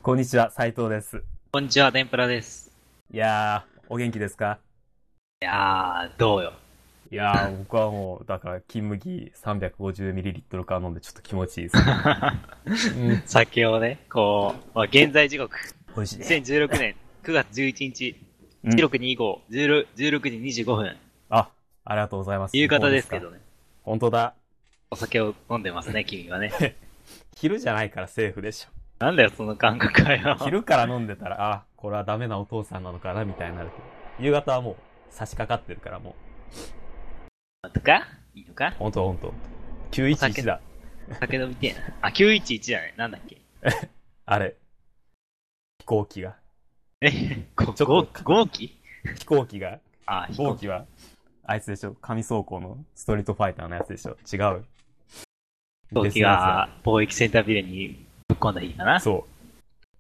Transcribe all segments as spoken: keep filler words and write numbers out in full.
こんにちは、斉藤です。 こんにちは、天ぷらです。 いやー、お元気ですか？ いやー、どうよ。 いやー、僕はもう、だから、金麦 さんびゃくごじゅうミリリットル 缶飲んでちょっと気持ちいいですね。うん。 酒をね、こう、まあ、現在時刻、 美味しいね。 にせんじゅうろくねんくがつじゅういちにち、 うん。 いちろくにご、じゅうろくじゅうろくじにじゅうごふん、 あ、ありがとうございます。 夕方時報ですか？ ですけどね。 本当だ。 お酒を飲んでますね、君はね。 昼じゃないからセーフでしょ。 なんだよ、その感覚はよ。 昼から飲んでたら、あ、これはダメなお父さんなのかな、みたいになるけど。夕方はもう、差し掛かってるからもとかいいのかう、ほんとほんと。きゅういちいちだ。 酒飲みてえな。あ、きゅういちいちだね。なんだっけ。 あれ、飛行機が。 え、ご、 ちょご、 っと、 号機飛行機が。 あ、飛行機。 号機は、あいつでしょ。紙倉庫のストリートファイターのやつでしょ。違う。 飛行機が貿易センタービルにぶっ込んだ日かな。 そう。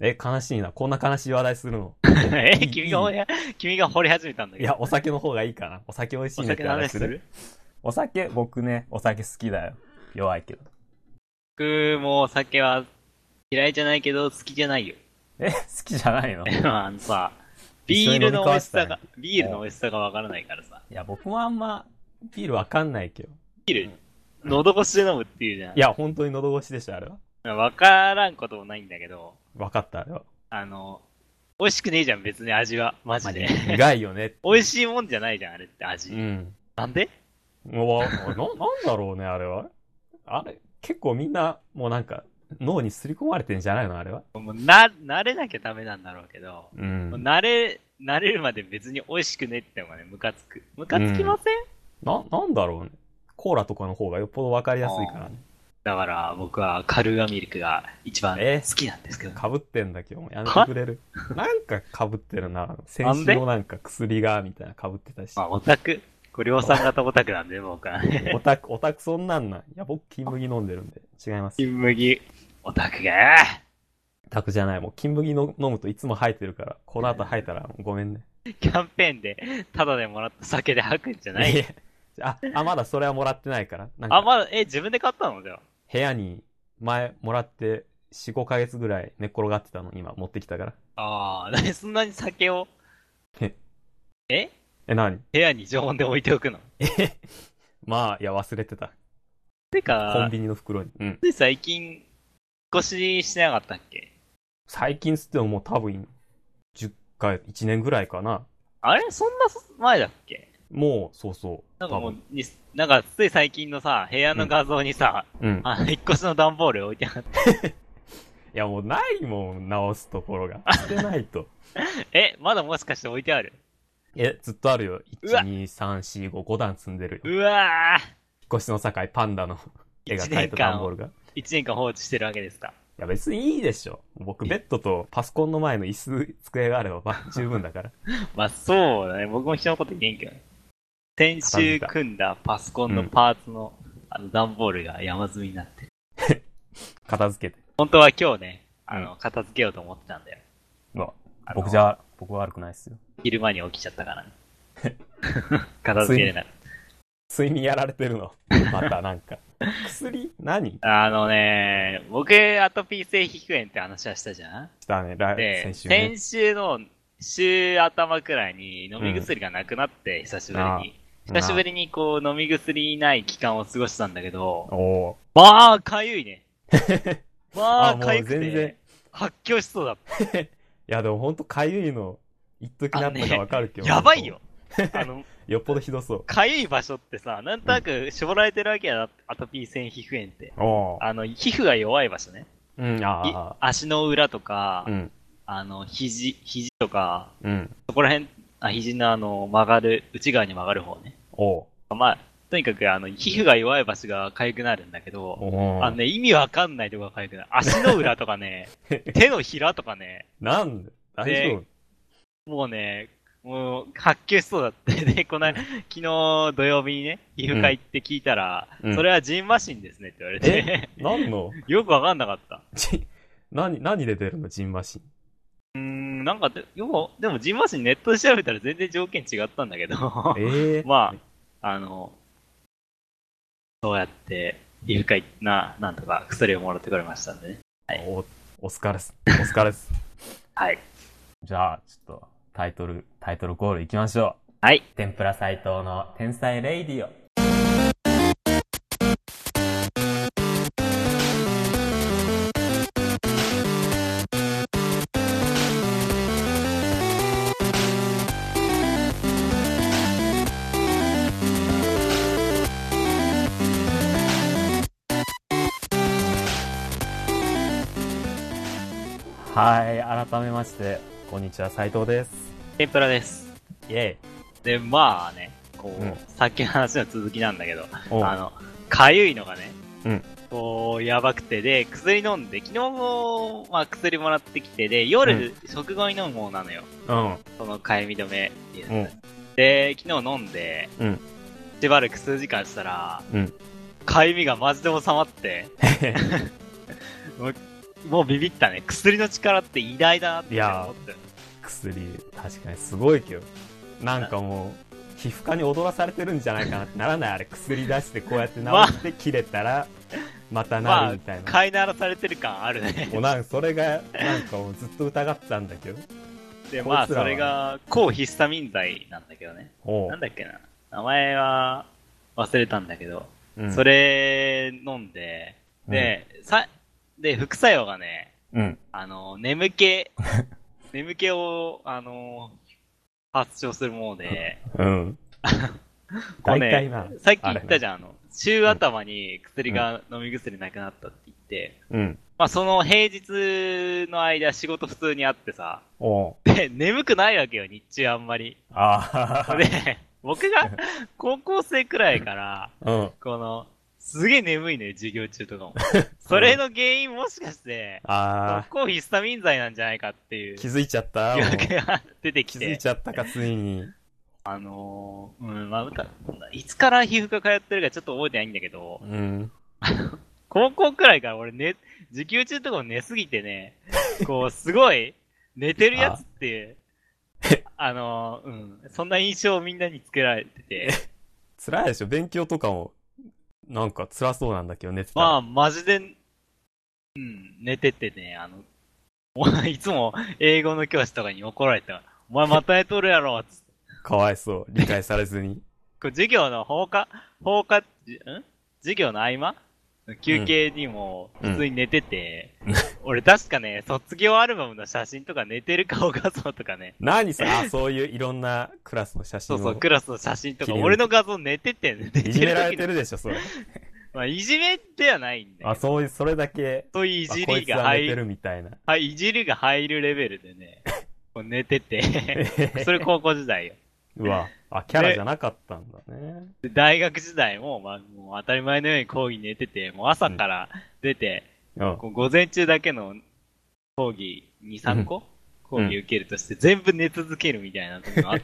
え、悲しいな。こんな悲しい話題するの。 え、君が掘り、君が掘り始めたんだけど。 いや、お酒の方がいいかな。お酒美味しいねって話する。 お酒の話するお酒、僕ね、お酒好きだよ。弱いけど。 僕もお酒は嫌いじゃないけど好きじゃないよ。 え、好きじゃないの？ あのさ、ビールの美味しさが、ビールの美味しさがわからないからさ。 いや、僕もあんま、ビールわかんないけど。 ビール、喉越しで飲むっていうじゃん。 いや、本当に喉越しでしょ、あれは。 わからんこともないんだけど、 わかった、あれは。 あの、美味しくねえじゃん、別に味は。マジで。 苦いよね。 美味しいもんじゃないじゃん、あれって味。 うん。 なんでもう、な、なんだろうね、あれは。あれ、結構みんな、もうなんか、脳に刷り込まれてんじゃないの、あれは。 もうな、慣れなきゃダメなんだろうけど、 うん。 もう慣れ、慣れるまで別に美味しくねってのがね、ムカつく。ムカつきません、 な、なんだろうね。コーラとかの方がよっぽどわかりやすいからね。 だから僕はカルーアミルクが一番え好きなんですけど。 かぶってんだけど、やめてくれる。なんかかぶってるな。先週のなんか薬が、みたいなかぶってたし。 まあオタク。ご量産型オタクなんで、僕はね。 オタク、オタクそんなんなん。いや、僕、金麦飲んでるんで。違います。 金麦、オタクが。 オタクじゃない。もう、金麦の飲むといつも吐いてるから、この後吐いたらごめんね。 キャンペーンで、タダでもらった酒で吐くんじゃない。 いやあ、あ、まだそれはもらってないから。なんかあ、まだ、え、自分で買ったのじゃ部屋に前もらってよん、ごかげつぐらい寝っ転がってたの今持ってきたから。 あ。あー、なにそんなに酒を、 え、 ええ、何？ 部屋に常温で置いておくのえまあ、いや、忘れてた。 てか、 コンビニの袋に。うん。 つい最近、引っ越ししてなかったっけ？ 最近つってももう多分、じゅっかい、いちねんぐらいかな。 あれそんな前だっけ？ もう、そうそう。 なんかもう多分。 に、なんかつい最近のさ、部屋の画像にさ、 うん。 あの、引っ越しの段ボール置いてあって。 いや、もうないもん、直すところが。捨てないと。 え、まだもしかして置いてある？ え、ずっとあるよ。いち、 うわに、さん、よん、ご、ご段積んでるよ。 うわ引っ越しの境、パンダの絵が一描いた年間を、 段ボールが。い一年間放置してるわけですか？ や、別にいいでしょ。僕、ベッドとパソコンの前の椅子、机があれば、まあ、十分だから。 まあそうだね。僕も人のこと言えんけどね。先週組んだパソコンのパーツの、あの段ボールが山積みになってる。 片付けて。 本当は今日ね、あの、片付けようと思ってたんだよ。 まあ、僕じゃ、僕は悪くないっすよ。 昼間に起きちゃったからね。片付けれない。 睡眠やられてるの。またなんか。薬何あのね、僕、アトピー性皮膚炎って話はしたじゃんしたね、来で、 先週ね。 先週の週頭くらいに飲み薬がなくなって、久しぶりに。久しぶりにこう飲み薬ない期間を過ごしたんだけど、 おまあ、かゆいね。まあ、 あ、もうかゆく全然て、発狂しそうだった。 いや、でもほんとかゆいの、一時なったかわかるけど、 やばいよ。あの、 よっぽどひどそう。 かゆい場所ってさ、なんとなく絞られてるわけやな、アトピー性皮膚炎って。 おあの、皮膚が弱い場所ね。 うん、ああ。 足の裏とか、 うん。 あの、肘、肘とか、 うん。 そこら辺、あ肘のあの、曲がる、内側に曲がる方ね。 おう。 まあ、とにかくあの、皮膚が弱い場所が痒くなるんだけど、あのね、意味わかんないとこが痒くなる。足の裏とかね、手のひらとかね。 なんで大丈夫？もうね、もう、発狂しそうだって。で、この、昨日土曜日にね、皮膚科行って聞いたら、うん、それはジンマシンですねって言われて。 え何のよくわかんなかった。 何、何で出るのジンマシン。 うーん、なんかで、よく、でもジンマシンネットで調べたら全然条件違ったんだけど。 えー、 まあ、あの、そうやって、皮膚科行ってな、なんとか薬をもらってくれましたんでね。はい。 オスカルス。オスカルス。 はい。 じゃあ、ちょっと、タイトル、タイトルコールいきましょう。 はい。 天ぷら斎藤の天才レイディオ。はい、改めまして、こんにちは、斉藤です。 天ぷらです。 イェイ。 で、まあね、こう、うん、さっきの話の続きなんだけど、あの、かゆいのがね、うん、こう、やばくて、で、薬飲んで、昨日も、まあ薬もらってきて、で、夜、うん、食後に飲むものなのよ。うん。そのかゆみ止めっていうの、うん、で、昨日飲んで、うん、しばらく数時間したら、うん、かゆみがマジで収まって、もうビビったね。薬の力って偉大だなって思ってる。 薬、確かにすごいけど。なんかもう、皮膚科に踊らされてるんじゃないかなってならないあれ、薬出してこうやって治して切れたら、またなるみたいな。 まあ、飼いならされてる感あるね。 もうなんかそれが、なんかもうずっと疑ってたんだけど。 で、まあそれが、抗ヒスタミン剤なんだけどね。なんだっけな。名前は忘れたんだけど、うん、それ飲んで、で、うん、さ、で、副作用がね、うん。あの、眠気、眠気を、あの、発症するもので、うん。これね、さっき言ったじゃん、あの、週頭に薬が、うん、飲み薬なくなったって言って、うん。まあ、その平日の間仕事普通にあってさ、で、眠くないわけよ、日中あんまり。ああ。で、僕が高校生くらいから、うん、この、すげえ眠いね、授業中とかも。それの原因もしかして、ああ。抗ヒスタミン剤なんじゃないかっていう。 気づいちゃった疑惑が出てきて。 気づいちゃったか、ついに。 あのー、うん、まあ、いつから皮膚科通ってるかちょっと覚えてないんだけど、うん。高校くらいから俺ね、授業中とかも寝すぎてね、こう、すごい、寝てるやつって、あ, あのー、うん、そんな印象をみんなにつけられてて。 辛いでしょ、勉強とかも。なんか辛そうなんだけど、寝てたら。 まあ、マジで、うん、寝ててね、あの、いつも英語の教師とかに怒られた。お前また寝とるやろ、つって。 かわいそう。理解されずに。 これ授業の放課、放課、ん授業の合間休憩にも普通に寝てて、うん、俺確かね、卒業アルバムの写真とか寝てる顔画像とかね。 何さ、あ、そういういろんなクラスの写真を。 そうそう、クラスの写真とか、俺の画像寝てて、寝てる。 いじめられてるでしょ、それ。 まあ、いじめではないんだよ。 あ、そういう、それだけ。 そういういじりが入る。みたいな。 はい、いじりが入るレベルでね、寝てて、それ高校時代よ。 うわ、あ、キャラじゃなかったんだね。 で大学時代も、まあ、もう当たり前のように講義寝てて、もう朝から出て、うん、こう午前中だけの講義に、さんこ、うん、講義受けるとして全部寝続けるみたいなとこがあって。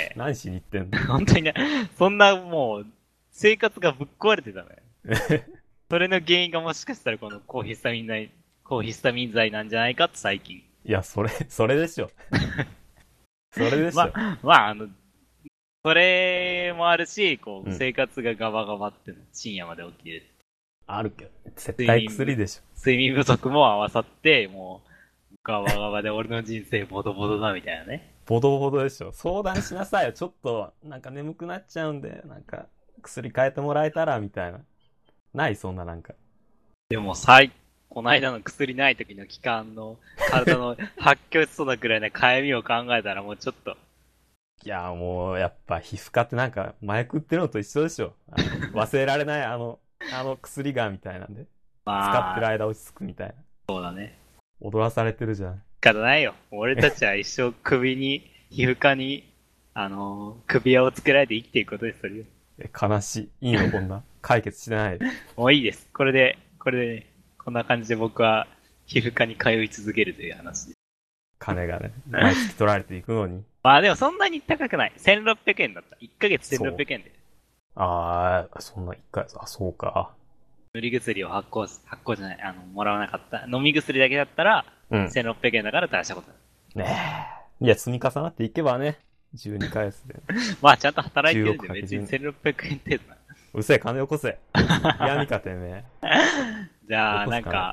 何しに行ってんの本当にね、そんなもう、生活がぶっ壊れてたのよ。それの原因がもしかしたらこの抗ヒスタミン剤、抗ヒスタミン剤なんじゃないかって最近。 いや、それ、それでしょ。それでしょ。 まあ、まあ、あの、それもあるし、こう、うん、生活がガバガバっての深夜まで起きる。 あるけど、絶対薬でしょ。 睡眠不足も合わさって、もう、ガバガバで俺の人生ボドボドだみたいなね。 ボドボドでしょ。相談しなさいよ。ちょっと、なんか眠くなっちゃうんで、なんか、薬変えてもらえたら、みたいな。ないそんななんか。 でも、最、この間の薬ない時の期間の、体の発狂しそうなくらいのかゆみを考えたらもうちょっと、 いや、もう、やっぱ皮膚科ってなんか、麻薬売ってるのと一緒でしょ。忘れられない、あの、あの薬が、みたいなんで。まあ、使ってる間落ち着くみたいな。 そうだね。 踊らされてるじゃん。 仕方ないよ。俺たちは一生首に、皮膚科に、あのー、首輪をつけられて生きていくことでするよ。 え、悲しい。いいのこんな。解決してない。 もういいです。これで、これでね、こんな感じで僕は、皮膚科に通い続けるという話です。 金がね、毎月取られていくのに。 まあでもそんなに高くない。せんろっぴゃくえんだった。いっかげつせんろっぴゃくえんで。 ああ、そんないっかげつ、あ、そうか。 塗り薬を発行、発行じゃない、あの、もらわなかった。飲み薬だけだったら、うん、せんろっぴゃくえんだから垂らしたことある。ねえ。いや、積み重なっていけばね、じゅうにかげつで。 まあちゃんと働いてるんで別にせんろっぴゃくえん程度な。 うるせえ、金よこせ。嫌味かてめえ。 じゃあ、なんか、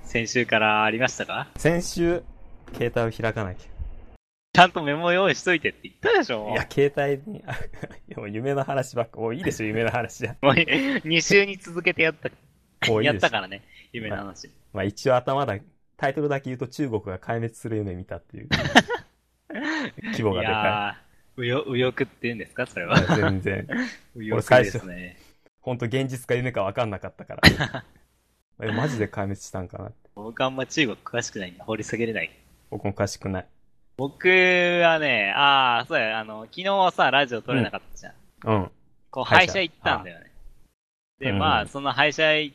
先週からありましたか？ 先週、携帯を開かなきゃ。 ちゃんとメモ用意しといてって言ったでしょ。 いや、携帯に、でも夢の話ばっか、もういいでしょ、夢の話じゃ。 もうに週に続けてやった、もういいやったからね、夢の話。 まあ、まあ、一応頭だ、タイトルだけ言うと中国が壊滅する夢見たっていう。規模がでかい。いやー、右翼、右翼って言うんですか、それは。 全然。 右翼ですね。 ほんと現実か夢か分かんなかったから。マジで壊滅したんかなって。 僕あんま中国詳しくないんで掘り下げれない。 僕も詳しくない。 僕はね、ああ、そうや、あの、昨日さ、ラジオ撮れなかったじゃん。 うん。 こう、歯医者行ったんだよね。で、まあ、その歯医者行って、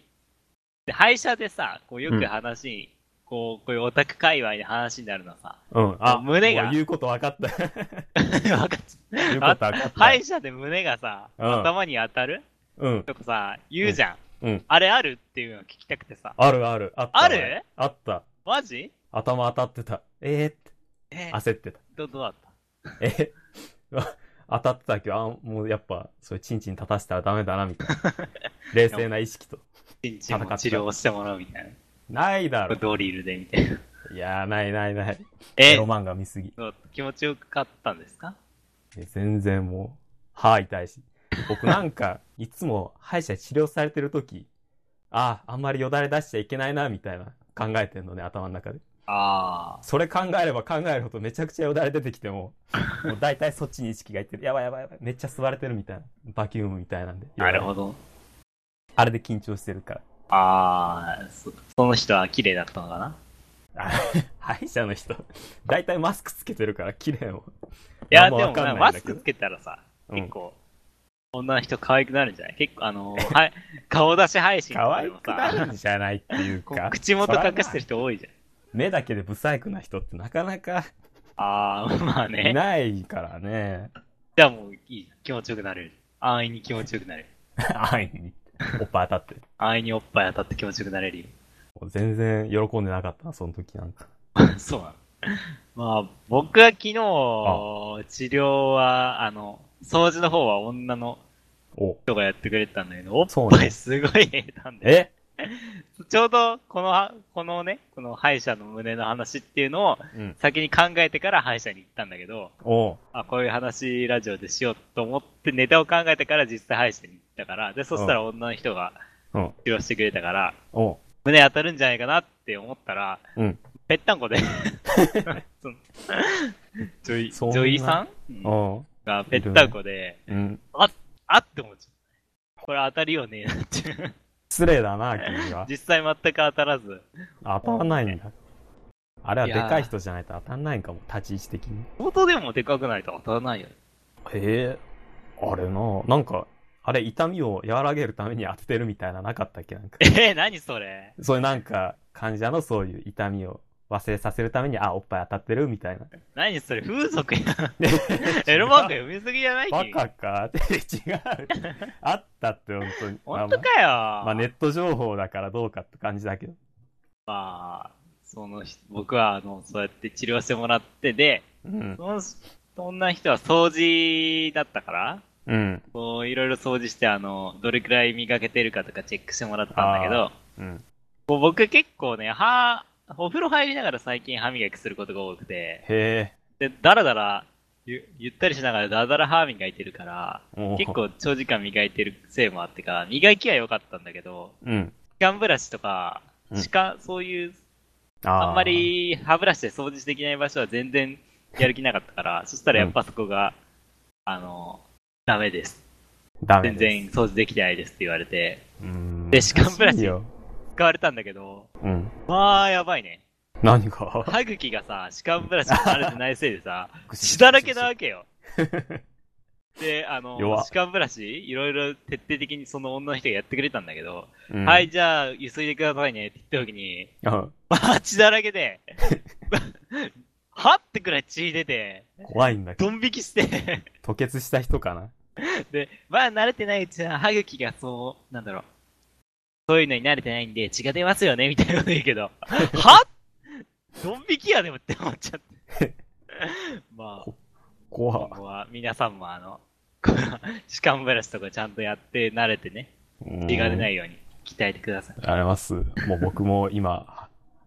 歯医者でさ、こう、よく話、うん、こう、こういうオタク界隈で話になるのさ。 うん。あ、 胸が。 言うこと分かった。 分かった。 言うこと分かった。 歯医者で胸がさ、うん、頭に当たるうん。 とかさ、言うじゃん。 うん。うん、 あれあるっていうのを聞きたくてさ。 あるある。あった。 あるあった。 マジ？ 頭当たってた。えーって。 えー、 焦ってた。 ど、どうだったえ当たってたけど、あ、もうやっぱ、そういうチンチン立たせたらダメだな、みたいな。冷静な意識と。 チンチンも治療してもらうみたいな。ないだろ。 ドリルでみたいな。 いやー、ないないない。 えエロ漫画見すぎ。 気持ちよかったんですか？ 全然もう、歯痛いし。僕なんか、いつも歯医者治療されてるとき、ああ、あんまりよだれ出しちゃいけないな、みたいな考えてんのね、頭の中で。 ああ。 それ考えれば考えるほどめちゃくちゃよだれ出てきても、もう大体そっちに意識がいってる。やばいやばいやばい。めっちゃ吸われてるみたいな。バキュームみたいなんで。 なるほど。 あれで緊張してるから。 ああ、そ, その人は綺麗だったのかな？ 歯医者の人、大体マスクつけてるから綺麗も。 いや、でもマスクつけたらさ、うん、結構、女の人可愛くなるんじゃない？結構あのー、はい、顔出し配信とかでもさ。 可愛くなるんじゃないっていうか。 口元隠してる人多いじゃん。 目だけでブサイクな人ってなかなか。 ああ、まあね。 いないからね。 じゃあもういい。気持ちよくなれる。安易に気持ちよくなれる。 安易に。おっぱい当たって。 安易におっぱい当たって気持ちよくなれるよ。 全然喜んでなかったな、その時なんか。 そうなの。まあ、僕は昨日、治療は、あの、掃除の方は女の人がやってくれてたんだけど、おっぱいすごい減ったんで。 えちょうど、この、このね、この歯医者の胸の話っていうのを、先に考えてから歯医者に行ったんだけど、 うん、 あ、こういう話ラジオでしようと思ってネタを考えてから実際歯医者に行ったから、で、そしたら女の人が治療してくれたから、 うん、 胸当たるんじゃないかなって思ったら、 うん、 ぺったんこで女医、女医さん、うん、がぺったんこで、 うん、 あ、あって思っちゃった。これ当たりよねーって。 失礼だな、君が。 実際全く当たらず。 当たらないんだ。あれはでかい人じゃないと当たらないんかも、立ち位置的に。 相当でもでかくないと当たらないよね。 へえ、あれな、なんか、あれ痛みを和らげるために当ててるみたいななかったっけなんか。 えー、何それ？ そういうなんか、患者のそういう痛みを忘れさせるために、あ、おっぱい当たってるみたいな。 何それ？風俗やん。エロ漫画読みすぎじゃない？ バカかって違う。あったって本当に。 本当かよ、 まあ。まあネット情報だからどうかって感じだけど。 まあ、その僕はあの、そうやって治療してもらってで、 うん、 その、そんな人は掃除だったから、 うん。 こう、いろいろ掃除して、あの、どれくらい磨けてるかとかチェックしてもらったんだけど、 うん、 こう僕結構ね、歯、お風呂入りながら最近歯磨きすることが多くて、 へで、だらだらゆ、ゆったりしながらだらだら歯磨いてるから、結構長時間磨いてるせいもあってか、磨きは良かったんだけど、 うん。 歯間ブラシとか、歯間、うん、そういう、あんまり歯ブラシで掃除できない場所は全然やる気なかったから、そしたらやっぱそこが、うん、あの、ダメです。 ダメです。 全然掃除できてないですって言われて、 うん、 で、歯間ブラシ使われたんだけど、 うん、 まあ、やばいね。 何が？ 歯茎がさ、歯間ブラシが慣れてないせいでさ、血だらけなわけよ。で、あの、歯間ブラシ、いろいろ徹底的にその女の人がやってくれたんだけど、うん、はい、じゃあ、ゆすいでくださいねって言った時に、まあ、血だらけで、はってくらい血出て、 怖いんだけど。 ドン引きして、 吐血した人かな。 で、まあ、慣れてないうちは歯茎がそう、なんだろう、そういうのに慣れてないんで血が出ますよね、みたいなこと言うけど、はドン引きやでもって思っちゃって。まあ、 怖今後は皆さんもあの、歯間ブラシとかちゃんとやって慣れてね、血が出ないように鍛えてください。 あります。もう僕も今、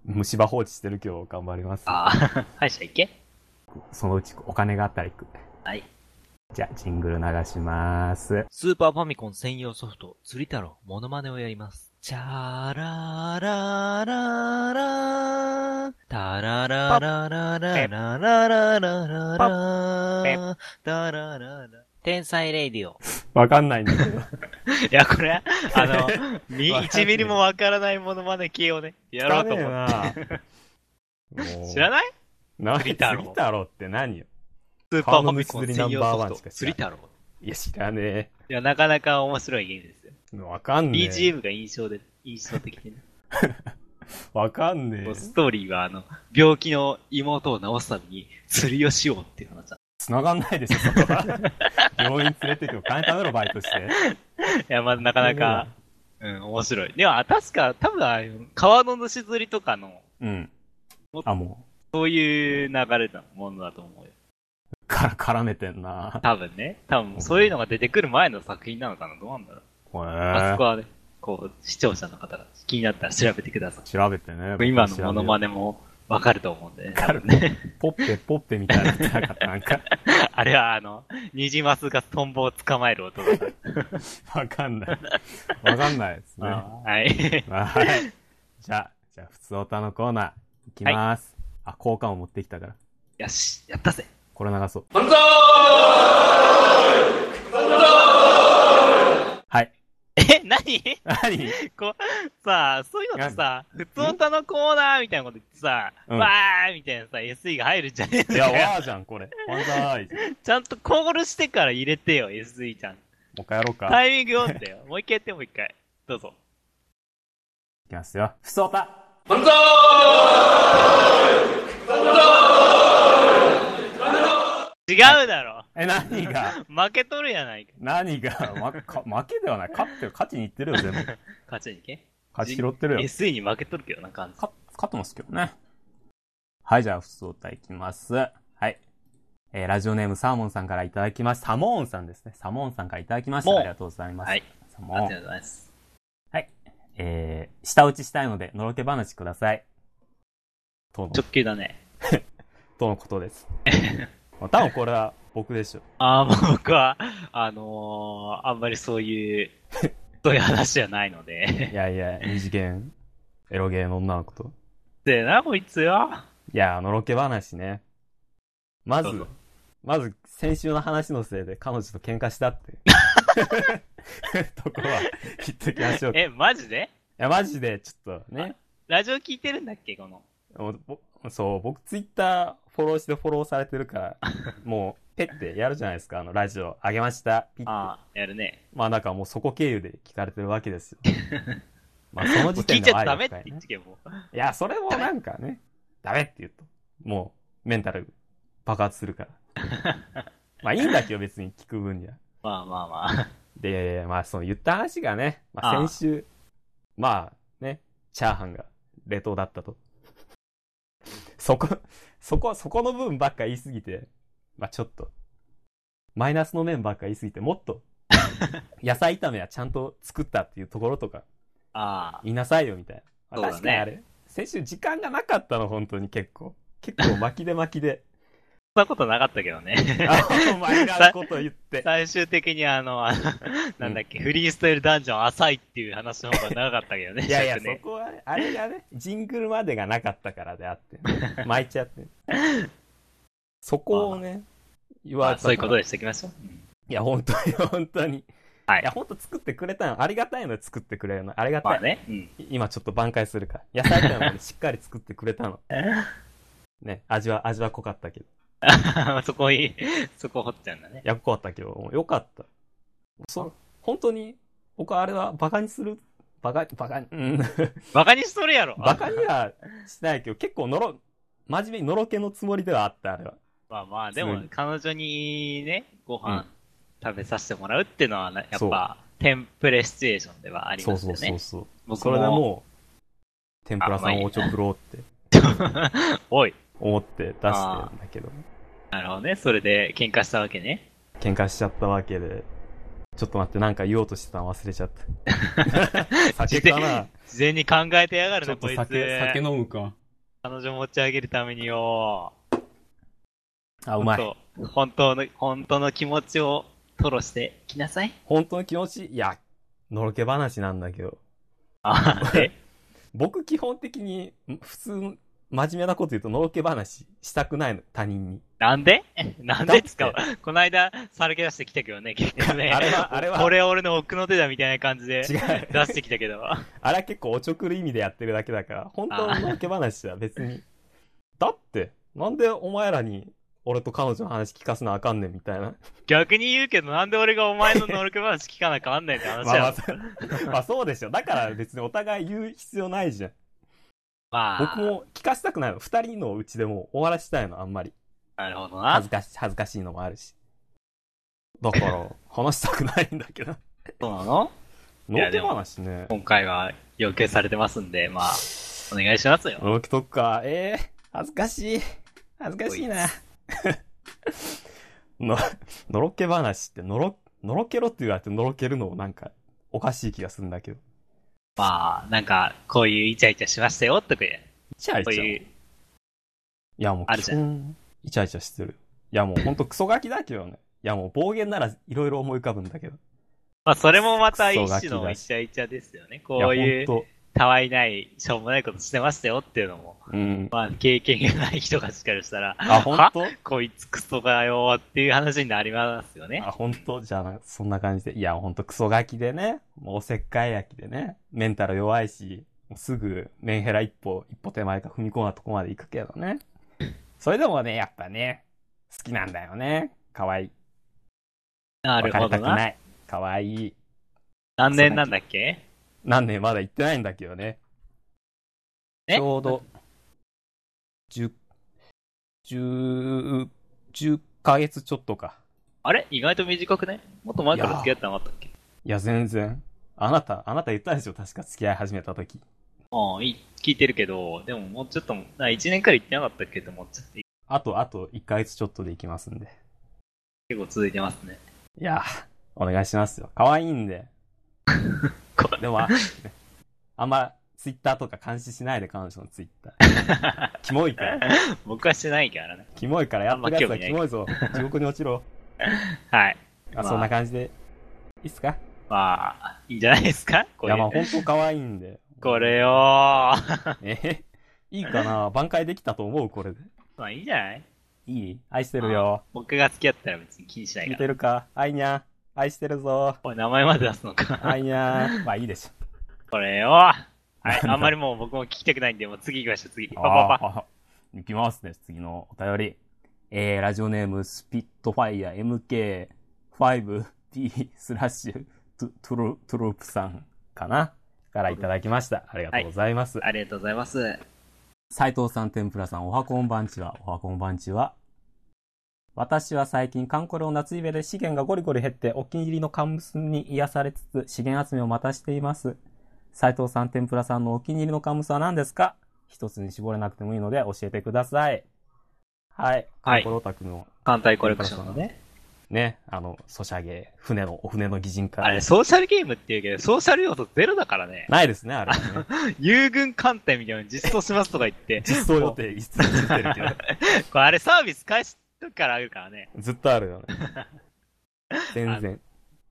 虫歯放置してる今日頑張ります。 ああ、歯医者行け。 そのうちお金があったら行く。 はい。 じゃあ、ジングル流します。 スーパーファミコン専用ソフト、釣り太郎、モノマネをやります。チャララララタラララララララララララタラララ天才レイディオ。 わかんないんだけど。いや、これ、あの、いちミリもわからないモノマネ系をね、やろうと思って。知らない釣り太郎。釣り太郎って何よ。 スーパーファミコン専用ソフト、釣り太郎。 いや、知らねえ。 いや、なかなか面白いゲームですよ。 わかんねえ。 ビージーエム が印象で、印象的でね。 わかんねえ。 ストーリーは、あの、病気の妹を治すために釣りをしようっていう話だ。 繋がんないでしょ、そこは。病院連れてくよ。金貯めろ、バイトして。 いや、まあ、なかなか、うん、面白い。でも、確か、多分、川の主釣りとかの、 うん。あ、もう。そういう流れのものだと思うよ。 から絡めてんな。 多分ね。多分、そういうのが出てくる前の作品なのかな。どうなんだろう。へあそこはね、こう、視聴者の方が気になったら調べてください。 調べてね。 今のモノマネもわかると思うんでね。わかるね。 ポッペポッペみたいなのなかった、なんか。 あれはあの、ニジマスがトンボを捕まえる音だ。 わかんない。わかんないですね。 はい。 はい。じゃあ、じゃあ、普通オタのコーナー、いきます。はい、あ、効果を持ってきたから。 よし、やったぜ。 これ流そう。 万歳万歳はい。 え、なに何こう、さあ、そういうのってさ、普通歌のコーナーみたいなこと言ってさ、うん、わーみたいなさ、エスイー が入るんじゃねえいや、わーじゃん、これ。万歳。 ちゃんとコールしてから入れてよ、エスイー ちゃん。もう一回やろうか。 タイミング読んでよ。もう一回やってもう一回。どうぞ。 いきますよ。ふつおた。 万歳万歳違うだろ。 え、何が負けとるやないか。 何が、ま、か負けではない。勝ってる、勝ちにいってるよ、全部。 勝ちにいけ勝ち拾ってるよ。 エスイー に負けとるけどな、感じ。 勝ってますけどね。はい、じゃあ、普通歌いきます。はい。えー、ラジオネームサーモンさんからいただきました。サモーンさんですね。サモーンさんからいただきました。ありがとうございます。 はい。 サモーン。 ありがとうございます。 はい。えー、舌打ちしたいので、のろけ話ください。 との。直球だね。 とのことです。多分これは僕でしょ。 ああ、もう僕は、あのー、あんまりそういう、そういう話じゃないので。 いやいや、二次元、エロゲーの女の子と。 でな、こいつよ。 いや、のろけ話ね。まず、まず、先週の話のせいで彼女と喧嘩したって。ところは、言っときましょう。 え、マジで？ いや、マジで、ちょっとね。 ラジオ聞いてるんだっけ、この。 そう、僕ツイッターフォローしてフォローされてるから、もう、ペッてやるじゃないですか、あの、ラジオ、あげました、ピッて。 ああ、やるね。 まあなんかもうそこ経由で聞かれてるわけですよ。まあその時点では、ね。聞いちゃダメって言ってけもう。 いや、それもなんかね、ダメって言うと、もう、メンタル爆発するから。まあいいんだけど別に聞く分には。 まあまあまあ。 で、まあその言った話がね、まあ先週、あまあね、チャーハンが冷凍だったと。そこ、そこ、そこの部分ばっか言いすぎて、まあちょっと、マイナスの面ばっか言いすぎて、もっと、野菜炒めはちゃんと作ったっていうところとか、 あ言いなさいよみたいな。 まあ、 確かにあれ、先週時間がなかったの、本当に結構。結構巻きで巻きで。 そんなことなかったけどね。 あ、お前がこと言って。 最終的にあの、あのなんだっけ、うん、フリースタイルダンジョン浅いっていう話の方が長かったけどね。 いやいや、ね、そこはね、あれがね、ジングルまでがなかったからであって、ね、巻いちゃって。そこをね、言われた、まあ。 そういうことでしていきましょう。 いや、本当に、本当に。 はい。 いや、本当作ってくれたの。ありがたいので作ってくれるの。ありがたい。 まあね。うん、 今ちょっと挽回するから。野菜炒めでしっかり作ってくれたの。ね、味は、味は濃かったけど。 そこいい、そこ掘っちゃうんだね。 いや、濃かったけど、よかった。そ、本当に、僕はあれはバカにする、バカ、バカに、うん。 バカにしとるやろ。 バカにはしないけど、結構のろ、真面目にのろけのつもりではあった、あれは。 まあまあ、でも、彼女にね、ご飯食べさせてもらうっていうのは、やっぱ、テンプレシチュエーションではありますよね。 そうそうそうそう。それでもう、天ぷらさんをちょくろうって。 おい。 思って出してるんだけど。 なるほどね。それで喧嘩したわけね。 喧嘩しちゃったわけで。ちょっと待って、なんか言おうとしてたの忘れちゃった。酒かな。 事前に考えてやがるな、こいつ。 酒、酒飲むか。 彼女持ち上げるためによ。 あ、うまい。 本当の、本当の気持ちを吐露してきなさい。 本当の気持ちいや、のろけ話なんだけど。 あ、え僕基本的に、普通、真面目なこと言うと、のろけ話したくないの、他人に。 なんでなんでですか？この間、さらけ出してきたけどね、結局ね。 あれは、あれは。 これ俺の奥の手だみたいな感じで。 違う。 出してきたけど。 あれは結構おちょくる意味でやってるだけだから、本当ののろけ話は別に。だって、なんでお前らに、俺と彼女の話聞かすなあかんねんみたいな。 逆に言うけど、なんで俺がお前ののろけ話聞かなあかんねんって話や。 まあ、まあ、まあそうでしょ。だから別にお互い言う必要ないじゃん。 まあ。 僕も聞かせたくないの。二人のうちでも終わらしたいの、あんまり。 なるほどな。 恥ずかし、恥ずかしいのもあるし。だから、話したくないんだけど。 そうなの？ のろけ話ね。 今回は要求されてますんで、まあ、お願いしますよ。 のろけとくか。ええー、恥ずかしい。恥ずかしいな。の、のろけ話って、のろ、のろけろって言われてのろけるのもなんか、おかしい気がするんだけど。 まあ、なんか、こういうイチャイチャしましたよ、とか。イチャイチャ。 こういう。 いやもう、 あるじゃん。イチャイチャしてる。いやもうほんとクソガキだけどね。いやもう暴言ならいろいろ思い浮かぶんだけど。 まあそれもまた一種のイチャイチャですよね。こういう、たわいない、しょうもないことしてましたよっていうのも。 うん。 まあ経験がない人がしっかりしたら、 あ、ほんと？ こいつクソがよっていう話になりますよね。 あ、ほんと？じゃあ、そんな感じで。いやほんとクソガキでね。もうおせっかい焼きでね。メンタル弱いし、すぐメンヘラ一歩、一歩手前か踏み込んだとこまで行くけどね。それでもね、やっぱね、好きなんだよね。かわいい。 なるほどな。 別れたくない。かわいい。 何年なんだっけ？ 何年まだ行ってないんだけどね。ちょうど、十、十、十ヶ月ちょっとか。 あれ？意外と短くね？もっと前から付き合ってなかったっけ？ いや、全然。あなた、あなた言ったでしょ、確か付き合い始めた時。 ああ、いい、聞いてるけど、でももうちょっと、いちねんくらい行ってなかったっけと思っちゃって。 あと、あといっかげつちょっとで行きますんで。 結構続いてますね。 いや、お願いしますよ。可愛いんで。でも、あんま、ツイッターとか監視しないで、彼女のツイッター。キモいから。 僕はしてないからね。 キモいから、やってるやつはキモいぞ。地獄に落ちろ。 はい。 あ、そんな感じで。いいっすか？ まあ、いいんじゃないですか？これ。 いや、まあ、ほんと可愛いんで。 これよー。 えいいかな？挽回できたと思うこれで。 まあいいじゃない？ いい？愛してるよ。 僕が付き合ったら別に気にしないから。 聞いてるか？愛にゃ。愛してるぞ。 おい、名前まで出すのか。 愛にゃ。まあいいでしょ。 これよー。はい。あんまりもう僕も聞きたくないんで、もう次行きましょう、次。パパパ。 行きますね、次のお便り。えー、ラジオネーム、スピットファイヤー エムケーファイブティー スラッシュトゥトゥルトゥループさんかなからいただきました。ありがとうございます。 はい、ありがとうございます。 斉藤さん、天ぷらさん、おはこんばんちは、おはこんばんちは。私は最近、カンコレの夏イベで資源がゴリゴリ減って、お気に入りの乾物に癒されつつ、資源集めをまたしています。斉藤さん、天ぷらさんのお気に入りの乾物は何ですか？一つに絞れなくてもいいので教えてください。はい。カンコレオタクの。 艦隊コレクションのね。 ね、あの、ソシャゲ、船の、お船の擬人化。 あれ、ソーシャルゲームって言うけど、ソーシャル要素ゼロだからね。 ないですね、あれ、ね。 友軍艦隊みたいなの実装しますとか言って。 実装予定、いつも出てるけど。 これあれサービス開始からあるからね。 ずっとあるよね。全然。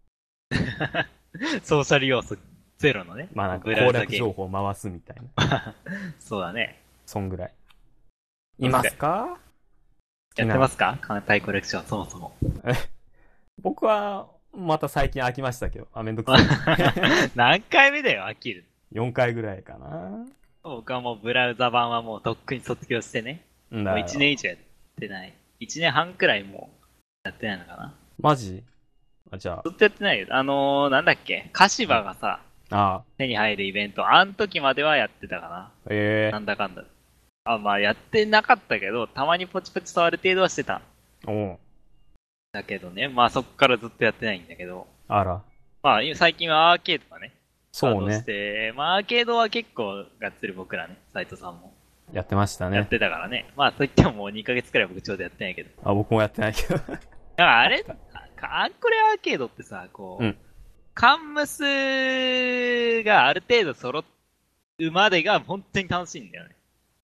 ソーシャル要素ゼロのね。 まあなんか攻略情報を回すみたいな。 そうだね。 そんぐらい。いますか？ やってますか？艦隊コレクション、そもそも。 僕は、また最近飽きましたけど。あ、めんどくさい。 何回目だよ、飽きる。 よんかいぐらいかな。 僕はもうブラウザ版はもうとっくに卒業してね。もういちねん以上やってない。いちねんはんくらいもうやってないのかな。 マジ？あ、じゃあ。 ずっとやってないよ。あのー、なんだっけ、カシバがさ、 ああ手に入るイベント、あん時まではやってたかな。 ええー。 なんだかんだ。あ、まあやってなかったけど、たまにポチポチ触る程度はしてた。 おう。 だけどね、まあそっからずっとやってないんだけど。 あら。 まあ最近はアーケードがね。 そうね。 して、まあアーケードは結構がっつり僕らね、斉藤さんも。 やってましたね。 やってたからね。まあといってももうにかげつくらい僕ちょうどやってないけど。 あ、僕もやってないけど。だからあれ、アンコレアーケードってさ、こう、うん、カンムスがある程度揃うまでが本当に楽しいんだよね。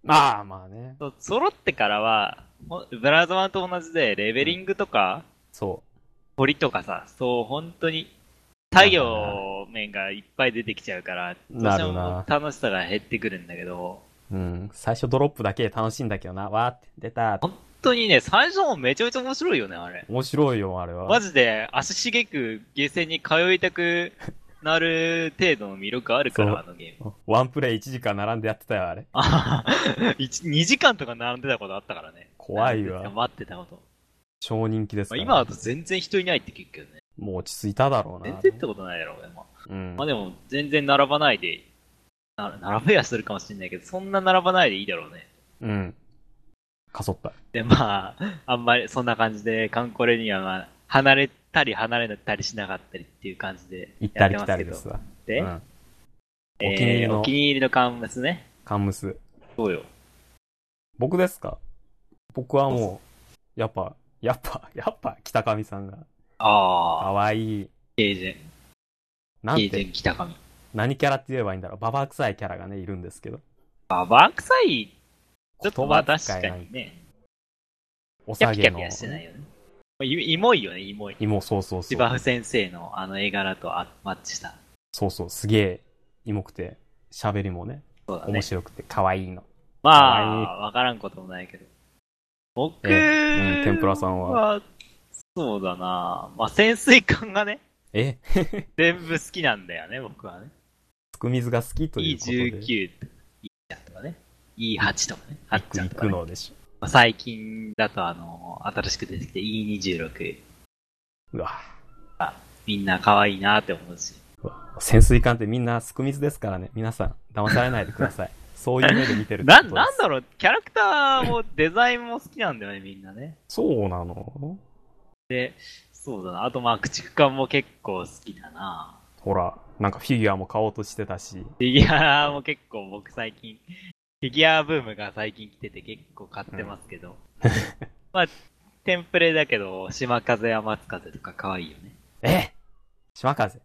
まあまあね。 そう揃ってからは、ブラウザ版と同じで、レベリングとか、うん、 そう。 堀とかさ、そう、本当に、作業面がいっぱい出てきちゃうから、どうしても楽しさが減ってくるんだけど。 うん。最初ドロップだけで楽しいんだけどな。わーって、出た。 本当にね、最初もめちゃめちゃ面白いよね、あれ。 面白いよ、あれは。 マジで、足しげくゲーセンに通いたくなる程度の魅力あるから、あのゲーム。 ワンプレイいちじかん並んでやってたよ、あれ。 あにじかんとか並んでたことあったからね。 怖いわ。 待ってたこと。 超人気ですから、 ね。まあ、今だと全然人いないって聞くけどね。 もう落ち着いただろうな。 全然ってことないだろうね、まあ。 うん。 まあでも、全然並ばないで、な並べやするかもしれないけど、そんな並ばないでいいだろうね。 うん。かそった。 で、まあ、あんまりそんな感じで、カンコレにはまあ、離れたり離れたりしなかったりっていう感じで行ったり来たりですわ。 で、 うん、 えー、お気に入りの。お気に入りのカンムスね。 カンムス。 そうよ。 僕ですか？僕はもう、やっぱ、やっぱ、やっぱ、北上さんが。 ああ。 かわいい。 ケージェン。 なんて。 ケージェン北上。 何キャラって言えばいいんだろう。ババア臭いキャラがね、いるんですけど。 ババア臭いちょっとまあ確かにね。 お下げの。 キャピキャピはしてないよね。イモいよね、イモい。 イモ、そうそうそう。 芝生先生のあの絵柄とあマッチした。 そうそう、すげえ、イモくて、喋りもね、 そうだね、 面白くて、可愛いの。 まあ、わからんこともないけど。僕は、 うん、天ぷらさんは。 そうだなまあ潜水艦がね。 え全部好きなんだよね、僕はね。 つく水が好きということで。 イーじゅうきゅう とか、イーちゃんとかね。イーはち とかね。はちちゃんとか、ね。 行くのでしょ。 まあ、最近だとあの、新しく出てきて イーにじゅうろく。 うわあ、みんな可愛いなって思うし。 潜水艦ってみんなすく水ですからね。皆さん、騙されないでください。そういう目で見てるってことです。 な、なんだろう、キャラクターもデザインも好きなんだよね、みんなね。 そうなの？ で、そうだな。あとまあ、駆逐艦も結構好きだな。 ほら、なんかフィギュアも買おうとしてたし。 フィギュアも結構僕最近、フィギュアブームが最近来てて結構買ってますけど。うん、まあ、テンプレだけど、島風や松風とか可愛いよね。 え島風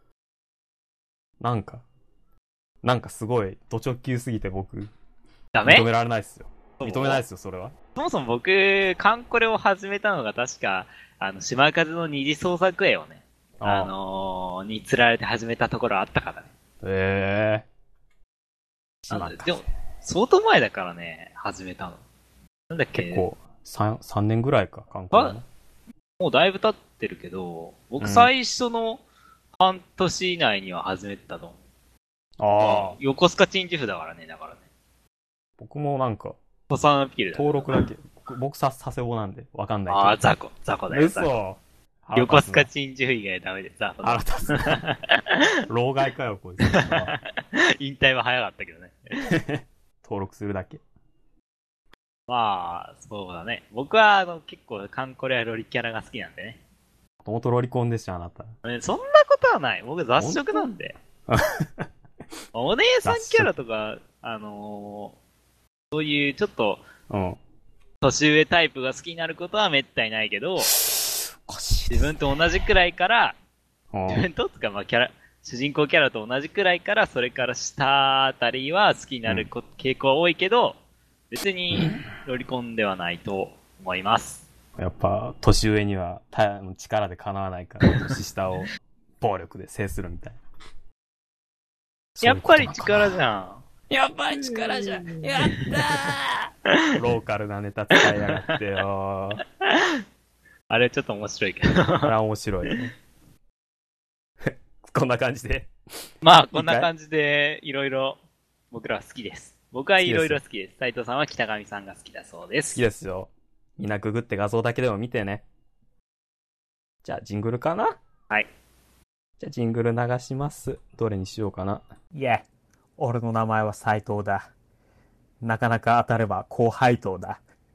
なんか、なんかすごい、ド直球すぎて僕、 ダメ？ 認められないっすよ。認めないっすよ、それは。 そもそも僕、カンコレを始めたのが確か、あの、島風の二次創作絵をね、あ, あのー、に釣られて始めたところあったからね。 へえー。 島風。でも、相当前だからね、始めたの。なんだっけ？ 結構、3、3年ぐらいか、カンコレ、ね。 もうだいぶ経ってるけど、僕最初の半年以内には始めてたと思う。ああ。横須賀チンジフだからね、だからね。 僕もなんか、 登山アピールだ。 登録だけ。僕さ、佐世保なんで、わかんないけど。 ああ、ザコ、ザコだよ。 嘘。 横須賀チンジフ以外ダメで、ザコだ。 あらたすな。老害かよ、こいつ。 引退は早かったけどね。 登録するだけ。 まあ、そうだね。僕は、あの、結構、カンコレやロリキャラが好きなんでね。 もともとロリコンでしょ、あなた。 ね、そんなことはない。僕雑食なんで。お姉さんキャラとか、あのー、そういうちょっと、うん、年上タイプが好きになることはめったにないけど、自分と同じくらいから、自分とつか、まあ、キャラ、主人公キャラと同じくらいから、それから下あたりは好きになる、うん、傾向は多いけど、別にロリコンではないと思います。 やっぱ、年上には力でかなわないから、年下を暴力で制するみたいな。 やっぱり力じゃん。 やっぱり力じゃん。やったーローカルなネタ使いやがってよー。 あれちょっと面白いけど。 あれは面白いよね。こんな感じで。 まあ、こんな感じで、いろいろ僕らは好きです。僕はいろいろ好きです。斉藤さんは北上さんが好きだそうです。 好きですよ。みんなググって画像だけでも見てね。じゃあ、ジングルかな？ はい。 じゃあ、ジングル流します。どれにしようかな。 いや、俺の名前は斉藤だ。なかなか当たれば高配当だ。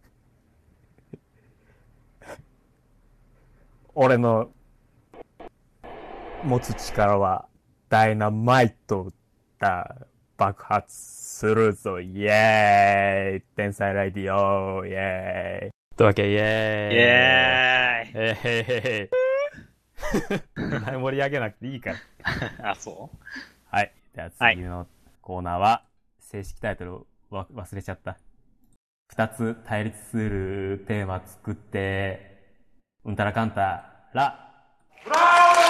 俺の持つ力はダイナマイトだ。爆発するぞ、イエーイ。天才ラディオ、イエーイ。 というわけ、イエーイ。 イエーイ。 えへへへ。盛り上げなくていいから。 あ、そう？ はい。では次のコーナーは、正式タイトル忘わ忘れちゃった。二つ対立するテーマ作って、うんたらかんたら。ブラボー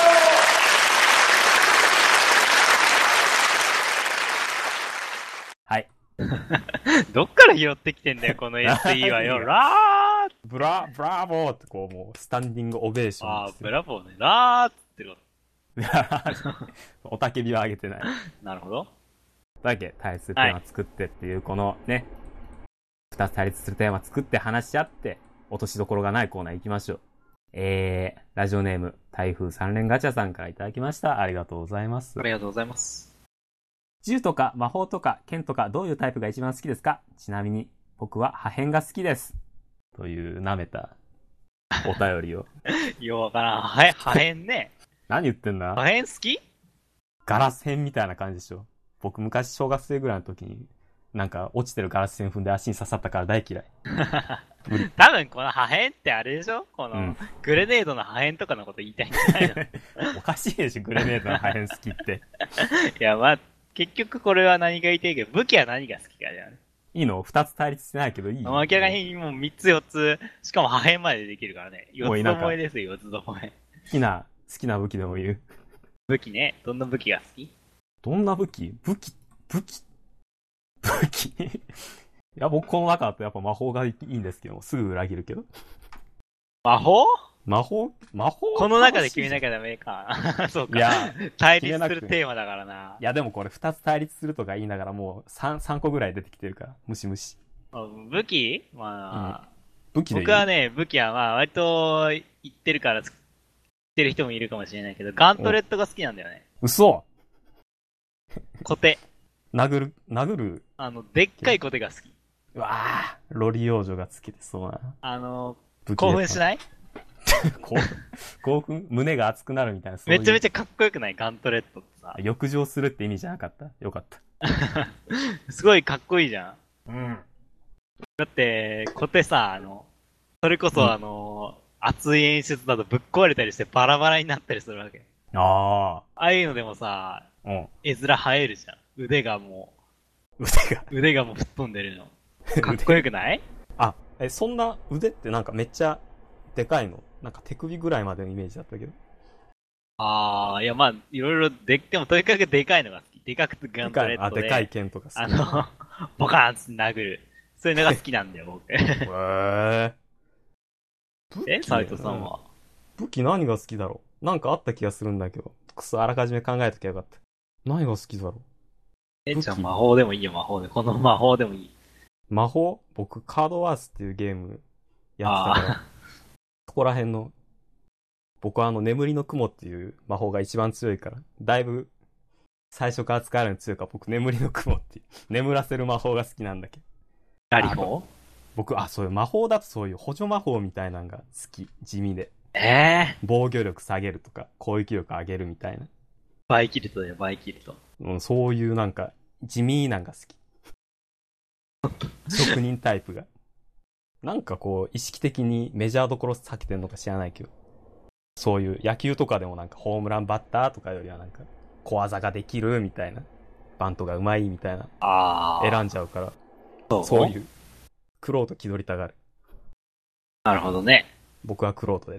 はい。 どっから拾ってきてんだよ、この エスイー はよ。ラーブラ、ブラボーってこう、もう、スタンディングオベーション。 ああ、ブラボーね。ラーってこと。 おたけびは上げてない。 なるほど。 だけ対立するテーマ作ってっていう、このね、二つ対立するテーマ作って話し合って、落としどころがないコーナー行きましょう。えー、ラジオネーム、台風三連ガチャさんからいただきました。ありがとうございます。 ありがとうございます。 銃とか魔法とか剣とかどういうタイプが一番好きですか？ちなみに、僕は破片が好きです。という舐めたお便りを。 ようわからん。は、破片ね。 何言ってんだ？ 破片好き？ ガラス片みたいな感じでしょ。僕昔小学生ぐらいの時に、なんか落ちてるガラス片踏んで足に刺さったから大嫌い。 多分この破片ってあれでしょ？この、うん、グレネードの破片とかのこと言いたいんじゃないの？ おかしいでしょ、グレネードの破片好きって。 いや、まあ、結局これは何が言いたいけど、武器は何が好きかじゃん。 いいの？二つ対立してないけどいい？ 明らかにもう三つ四つ、しかも破片までできるからね。四つどもえですよ、四つどもえ。 好きな、好きな武器でも言う。 武器ね。どんな武器が好き？ どんな武器？武器武器武器いや、僕この中だとやっぱ魔法がいいんですけど、すぐ裏切るけど。 魔法？ 魔法魔法この中で決めなきゃダメか。そうか。いや、対立するテーマだからな。 いや、でもこれ二つ対立するとか言いながらもう三、三個ぐらい出てきてるから、ムシムシ。 武器？まあ、 うん、武器でいい？ 僕はね、武器はまあ割と言ってるから作ってる人もいるかもしれないけど、ガントレットが好きなんだよね。 嘘コテ。 殴る、殴る。 あの、でっかいコテが好き。 うわぁ、ロリ幼女が好きでそうな。 あの、興奮しない？ 興奮胸が熱くなるみたいな。 めちゃめちゃかっこよくない？ガントレットってさ。 浴場するって意味じゃなかった？よかった。 すごいかっこいいじゃん。うん。 だって、コテさ、あの、それこそあの、うん、熱い演出だとぶっ壊れたりしてバラバラになったりするわけ。 ああ。 ああいうのでもさ、うん、絵面映えるじゃん。腕がもう。腕が腕がもう吹っ飛んでるの。かっこよくないあ、え、そんな腕ってなんかめっちゃでかいの？なんか手首ぐらいまでのイメージだったけど。 ああ、いやまあ、いろいろで、でもとにかくでかいのが好き。でかくてガントレットで。 あ、でかい剣とか好き。 あの、ボカーンって殴る。そういうのが好きなんだよ、僕。へぇー。え、斉藤さんは？ 武器何が好きだろう？なんかあった気がするんだけど。くそ、あらかじめ考えときゃよかった。何が好きだろう？ え、じゃあ魔法でもいいよ、魔法で。この魔法でもいい。 魔法？僕、カードワースっていうゲームやってたから、そこら辺の、僕はあの、眠りの雲っていう魔法が一番強いから、だいぶ、最初から使えるのに強いから、僕、眠りの雲っていう、眠らせる魔法が好きなんだけど。 何法？ 僕、あ、そういう魔法だとそういう補助魔法みたいなのが好き、地味で。 ええー、 防御力下げるとか、攻撃力上げるみたいな。 バイキルトだよ、バイキルト。 うん、そういうなんか、地味なんか好き。職人タイプが。なんかこう、意識的にメジャーどころ避けてんのか知らないけど、そういう野球とかでもなんかホームランバッターとかよりはなんか、小技ができるみたいな、バントがうまいみたいな、 あ選んじゃうから、 そう、 そういう、クロート気取りたがる。 なるほどね。 僕はクロートです。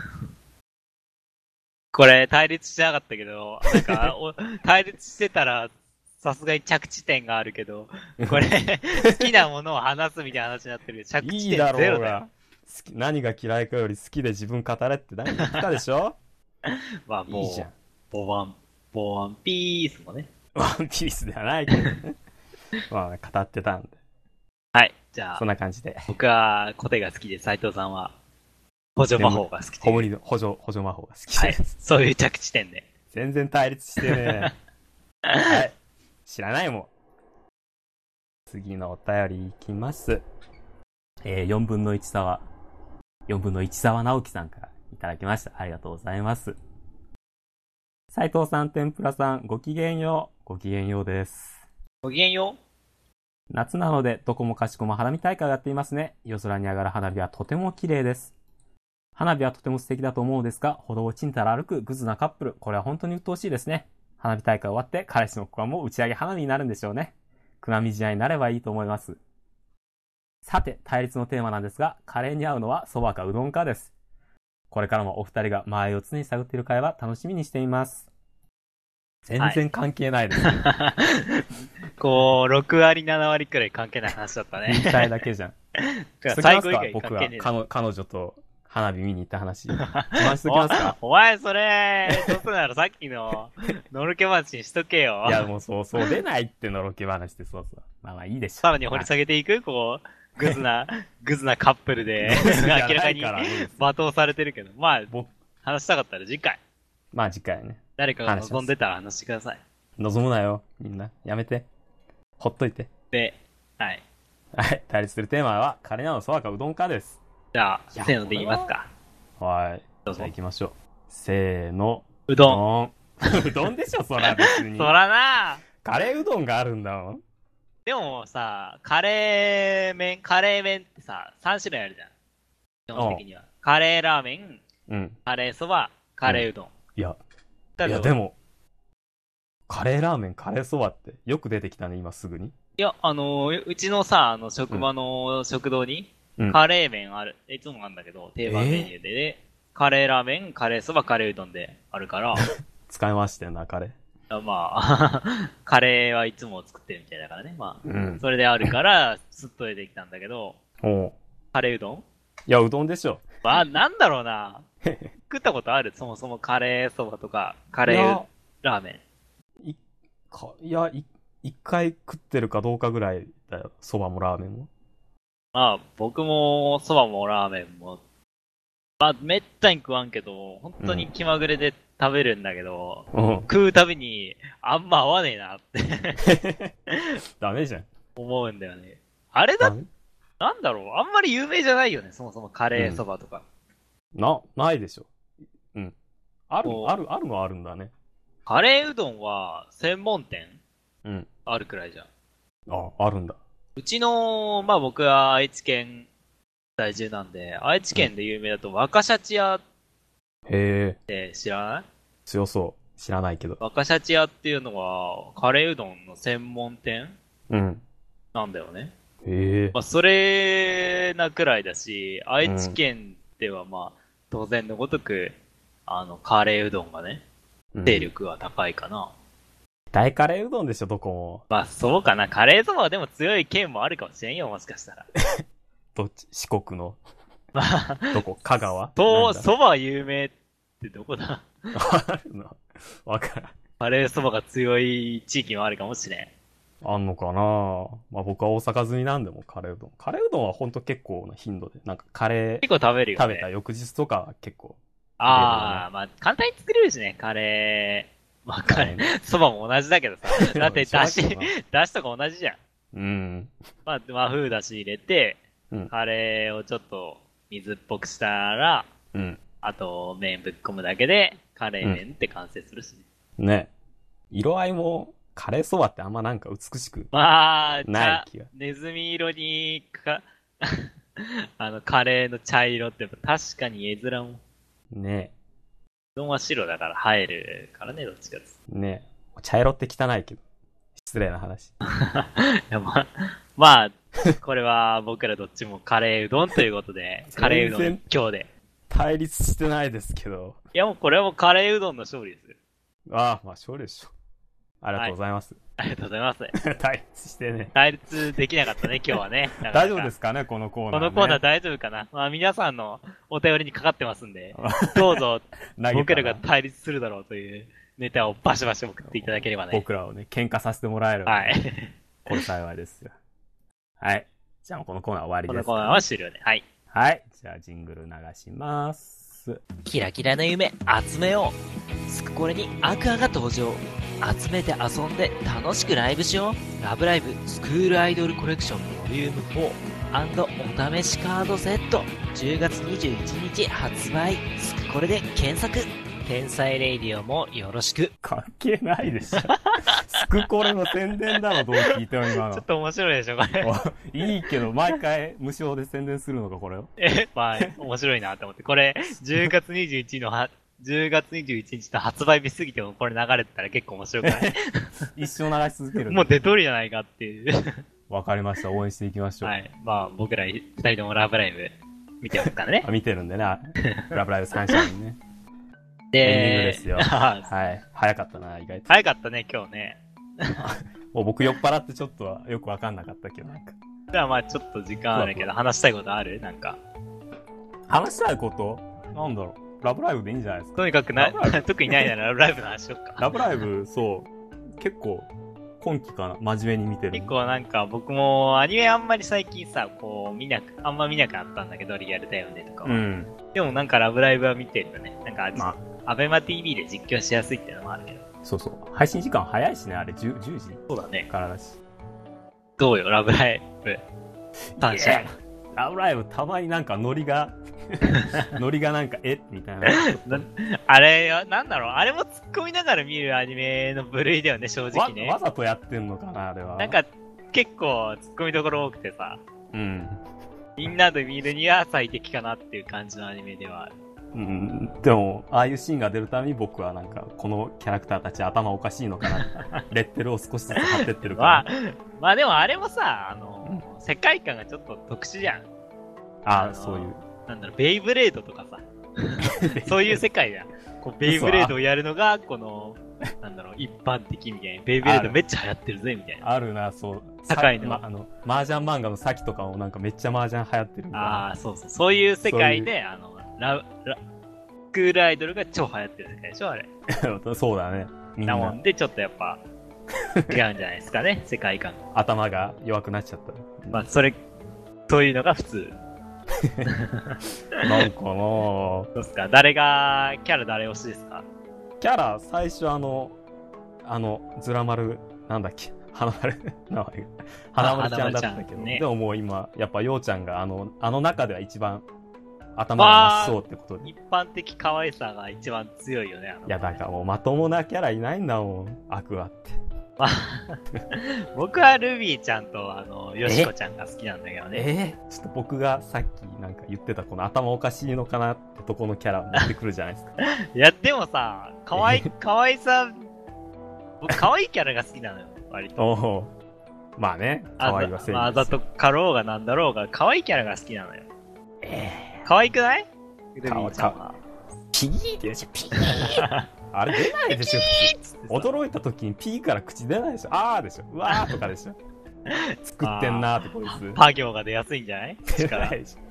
これ対立しなかったけど、なんか、対立してたら、さすがに着地点があるけど、これ、好きなものを話すみたいな話になってるけど、着地点ゼロだよ。いいだろうが。 好き、何が嫌いかより好きで自分語れって何言ったでしょ？ まあもう、いいじゃん。ボワン、ボワンピースもね。 ワンピースではないけどね。まあ、語ってたんで。 はい、じゃあ。 そんな感じで。 僕は、コテが好きで、斉藤さんは、補助魔法が好きで。 小森の補助、補助魔法が好きです。 はい、そういう着地点で。 全然対立してね。はい。知らないもん。次のお便りいきます。えー、よんぶんのいち沢、よんぶんのいち沢直樹さんからいただきました。ありがとうございます。斉藤さん、天ぷらさん、ごきげんよう。ごきげんようです。 ごきげんよう。 夏なので、どこもかしこも花火大会をやっていますね。夜空に上がる花火はとても綺麗です。花火はとても素敵だと思うのですが、歩道をちんたら歩くグズなカップル、これは本当に鬱陶しいですね。花火大会終わって、彼氏の股間も打ち上げ花火になるんでしょうね。 くなみ試合になればいいと思います。さて、対立のテーマなんですが、カレーに合うのは蕎麦かうどんかです。これからもお二人が間合いを常に探っている会話楽しみにしています。全然関係ないです、ね。はい、 こう、ろく割なな割くらい関係ない話だったね。 言いたいだけじゃん。 最後以外僕関係ねは彼女と花火見に行った話。自慢しときますかお, お前それ、どうするならさっきののろけ話にしとけよ。 いやもうそうそう出ないってのろけ話ってそうそう。まあまあいいでしょ。 さらに掘り下げていく、はい、こう、グズな、グズなカップルで、明らかに罵倒されてるけど、まあ、話したかったら次回。 まあ次回ね。 誰かが望んでたら話してください。 望むなよ、みんな。やめて。ほっといて。 で、はい。 はい。対立するテーマは、カレーなのそばかうどんかです。 じゃあ、せーので言いますか。 はい。どうぞ。じゃあ行きましょう。せーの。 うどん。 うどんでしょ、そら別に。 そらなカレーうどんがあるんだもん。 でもさ、カレー麺、カレー麺ってさ、さん種類あるじゃん。基本的には。カレーラーメン、 うん、 カレーそば、カレーうどん。うん、 いや、いやでも、カレーラーメン、カレーそばってよく出てきたね、今すぐに。 いや、あのー、うちのさ、あの、職場の食堂に、うん、カレー麺ある、いつもあるんだけど、定番メニューで、えー、カレーラーメン、カレーそば、カレーうどんであるから。 使い回してんな、カレー。 まあ、カレーはいつも作ってるみたいだからね。まあ、うん、それであるから、すっと出てきたんだけど、 おカレーうどん？ いや、うどんでしょ。 まあ、なんだろうな。食ったことある？そもそもカレーそばとか、カレーラーメン。いかいやい、一回食ってるかどうかぐらいだよ。そばもラーメンも。 まあ、僕もそばもラーメンも、まあ、めったに食わんけど、本当に気まぐれで食べるんだけど、うん、食うたびに、あんま合わねえなって。 ダメじゃん。 思うんだよね。あれだ、なんだろう、あんまり有名じゃないよね、そもそもカレーそばとか、 うん。な、ないでしょ。うん。ある、ある、あるのはあるんだね。 カレーうどんは、専門店うん。 あるくらいじゃん。 あ、あるんだ。 うちの、まあ僕は愛知県在住なんで、愛知県で有名だと若シャチ屋って知らない？ 強そう。知らないけど。 若シャチ屋っていうのは、カレーうどんの専門店うん。 なんだよね。 へえ。 まあそれなくらいだし、愛知県ではまあ、当然のごとく、あの、カレーうどんがね、勢力は高いかな。うん大カレーうどんでしょ、どこも。 まあ、そうかな。カレーそばはでも強い県もあるかもしれんよ、もしかしたら。 どっち四国のまあ、 どこ香川と、そば有名ってどこだあるのわからん。 カレーそばが強い地域もあるかもしれん。 あんのかなまあ僕は大阪済みなんでもカレーうどん。カレーうどんはほんと結構な頻度で、なんかカレー。 結構食べるよね。 食べた翌日とか結構、ね。 ああ、まあ簡単に作れるしね、カレー。まあ、カレー、そばも同じだけどさ。だって、だし、だしとか同じじゃん。 うん。 まあ、和風だし入れて、うん、カレーをちょっと水っぽくしたら、 うん。 あと、麺ぶっ込むだけで、カレー麺って完成するしね。 うん、ね。色合いも、カレーそばってあんまなんか美しくまあ、 ない気が。 ネズミ色にか、あの、カレーの茶色って確かに絵面も。 ねうどんは白だから映えるからね、どっちかです。 ねえ。茶色って汚いけど。失礼な話。いやまあ、まあ、これは僕らどっちもカレーうどんということで、カレーうどん今日で。 対立してないですけど。 いやもうこれはもうカレーうどんの勝利ですよ。 ああ、まあ勝利でしょ。ありがとうございます。 はい、ありがとうございます。 対立してね。 対立できなかったね、今日はね。なかなか大丈夫ですかね、このコーナー、ね。 このコーナー大丈夫かな。まあ皆さんのお便りにかかってますんで、どうぞ僕らが対立するだろうというネタをバシバシ送っていただければね。 僕らをね、喧嘩させてもらえる。 はい。 これ幸いですよ。はい。じゃあこのコーナー終わりです、ね。 このコーナーは終了で。はい。 はい。じゃあジングル流します。 キラキラな夢集めよう。スクコレにアクアが登場。集めて遊んで楽しくライブしよう。ラブライブスクールアイドルコレクションボリュームフォー&お試しカードセットじゅうがつにじゅういちにち発売。スクコレで検索。天才レイディオもよろしく。 関係ないでしょ。スクコレの宣伝だろ、どう聞いても今の。 ちょっと面白いでしょ、これ。いいけど、毎回無償で宣伝するのか、これを。 え、まあ、面白いなと思って。これ、じゅうがつにじゅういちにちのはじゅうがつにじゅういちにちと発売日過ぎてもこれ流れてたら結構面白くない？ 一生流し続ける。 もう出通りじゃないかっていう。 わかりました。応援していきましょう。 はい。まあ、僕ら二人ともラブライブ見てますからね。 あ、見てるんでね。ラブライブサンシャインね。 で、 エンディングですよ。はい。早かったな、意外と。 早かったね、今日ね。 もう僕酔っ払ってちょっとよくわかんなかったけど、なんか。 じゃあまあちょっと時間あるけど、話したいことある？なんか。 話したいことなんだろう。ラブライブでいいんじゃないですか。 とにかくな、特にないならラブライブの話しよっか。 ラブライブ、そう。結構、今期かな、真面目に見てる。 結構なんか僕もアニメあんまり最近さ、こう見なく、あんま見なくなったんだけど、リアルタイムでとかは。うん。でもなんかラブライブは見てるよね。なんか、まあ、アベマ ティーブイ で実況しやすいっていうのもあるけど。 そうそう。配信時間早いしね、あれ、じゅう, じゅうじそうだね。 からだし。 どうよ、ラブライブ。単車。 ラブライブたまになんかノリが、ノリがなんか、えみたいな。 あれ、なんだろう、あれも突っ込みながら見るアニメの部類だよね、正直ね。 わ, わざとやってんのかな、あれは。 なんか、結構突っ込みどころ多くてさ。 うん。 みんなで見るには最適かなっていう感じのアニメではある。 うん、でも、ああいうシーンが出るために僕はなんか、このキャラクターたち頭おかしいのかな。レッテルを少しずつ貼ってってるから。 まあ、まあでもあれもさ、あの、うん、世界観がちょっと特殊じゃん。 ああ、そういう。 なんだろう、ベイブレードとかさ。そういう世界じゃん。こうベイブレードをやるのが、この、なんだろう、一般的みたいな。ベイブレードめっちゃ流行ってるぜ、みたいな。 あるな、そう。 高いの。 ま、あの、麻雀漫画の先とかもなんかめっちゃ麻雀流行ってるみたいな。 ああ、そうそう。そういう世界で、あの、ラ、ラ、スクールアイドルが超流行ってる世界でしょ、あれ。 そうだね。 みんな。なもんで、ちょっとやっぱ、違うんじゃないですかね、世界観。 頭が弱くなっちゃった。 まあ、それ、そういうのが普通。 なんかなぁ。どうっすか？誰が、キャラ誰推しですか？ キャラ、最初あの、あの、ズラ丸、なんだっけ、花丸、名前が。花丸ちゃんだったけど、ね、でももう今、やっぱようちゃんがあの、あの中では一番、頭が真っそうってことで。 一般的可愛さが一番強いよね、あの。 いや、だからもうまともなキャラいないんだもん、アクアって。 まあ、僕はルビーちゃんと、あの、ヨシコちゃんが好きなんだけどね。 えー、ちょっと僕がさっきなんか言ってたこの頭おかしいのかなってとこのキャラ持ってくるじゃないですか。 いや、でもさ、かわい、かわいさ、僕かわいいキャラが好きなのよ、割と。 おまあね、かわいいは正義ですよ。 あざとかろうがなんだろうが、かわいいキャラが好きなのよ。 えー、かわいくないルビーちゃんは。 ピーでしょ、ピーあれ出ないでしょ、普通。驚いた時にピーから口出ないでしょ。あーでしょ。うわーとかでしょ。作ってんなーってこいつ。 パ行が出やすいんじゃない？ 出ないでし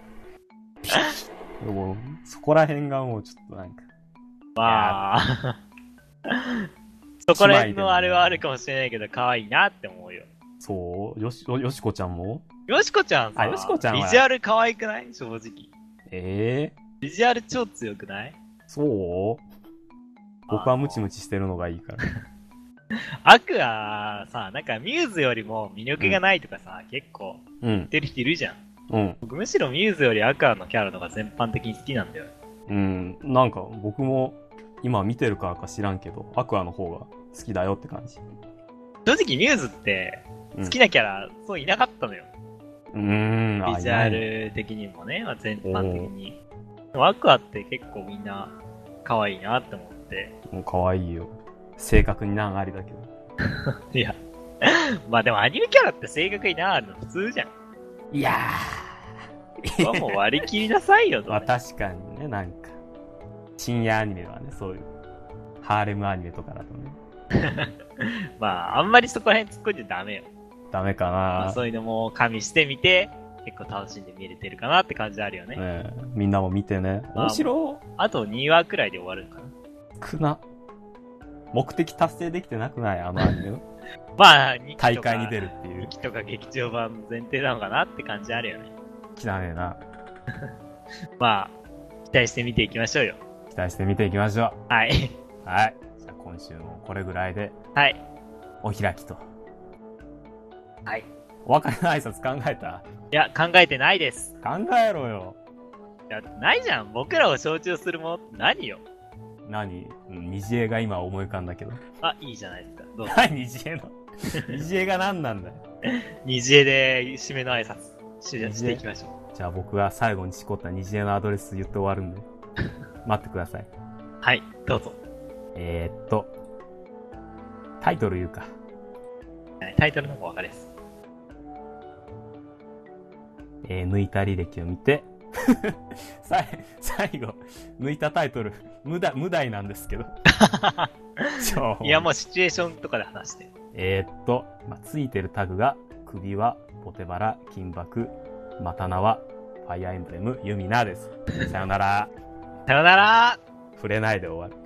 ょ。もう、そこら辺がもうちょっとなんか。 まあ、そこら辺のあれはあるかもしれないけど、可愛いなって思うよ。 そうよし、よしこちゃんもよしこちゃんさ、 あ、よしこちゃんはビジュアル可愛くない？正直。 ええー、 ビジュアル超強くない？ そう僕はムチムチしてるのがいいから。 アクアさ、なんかミューズよりも魅力がないとかさ、うん、結構言ってる人いるじゃん。うん。僕むしろミューズよりアクアのキャラの方が全般的に好きなんだよ。 うん。なんか僕も今見てるからか知らんけど、アクアの方が好きだよって感じ。 正直ミューズって好きなキャラ、うん、そういなかったのよ。 うーん。 ビジュアル的にもね、まあ、全般的に。でもアクアって結構みんな可愛いなって思って。 もう可愛いよ。性格に難ありだけど。 いや。まあでもアニメキャラって性格に難あるの普通じゃん。 いやー。もう割り切りなさいよと、ね。 まあ確かにね、なんか。深夜アニメはね、そういう。ハーレムアニメとかだとね。 まああんまりそこら辺突っ込んじゃダメよ。 ダメかな、 まあ、そういうのも加味してみて、結構楽しんで見れてるかなって感じあるよね。 ねみんなも見てね。面白い。 あとにわくらいで終わるかな。 少な。目的達成できてなくないあのアニメの。 まあ、 大会に出るっていう。 にきとか劇場版前提なのかなって感じあるよね。 汚ねえな。 まあ、期待して見ていきましょうよ。 期待して見ていきましょう。はい。 はい。じゃあ今週もこれぐらいで。 はい。 お開きと。 はい。 お別れの挨拶考えた？ いや、考えてないです。 考えろよ。 いや、ないじゃん。僕らを象徴するものって何よ。 何？虹江が今思い浮かんだけど。 あ、いいじゃないですか。どうぞ。 何虹江の虹江が何なんだよ。 虹江で締めの挨拶していきましょう。じゃあ僕が最後にしこった虹江のアドレス言って終わるんで。待ってください。 はい、どうぞ。 えー、っと、タイトル言うか。 タイトルの方が分かりです。 えー、抜いた履歴を見て、最後、抜いたタイトル、無駄、無題なんですけど。 いや、もうシチュエーションとかで話して。 えー、っと、まあ、ついてるタグが、首は、ポテバラ、金箔、またなは、ファイアーエンブレム、ユミナです。さよなら。 さよなら。 触れないで終わる。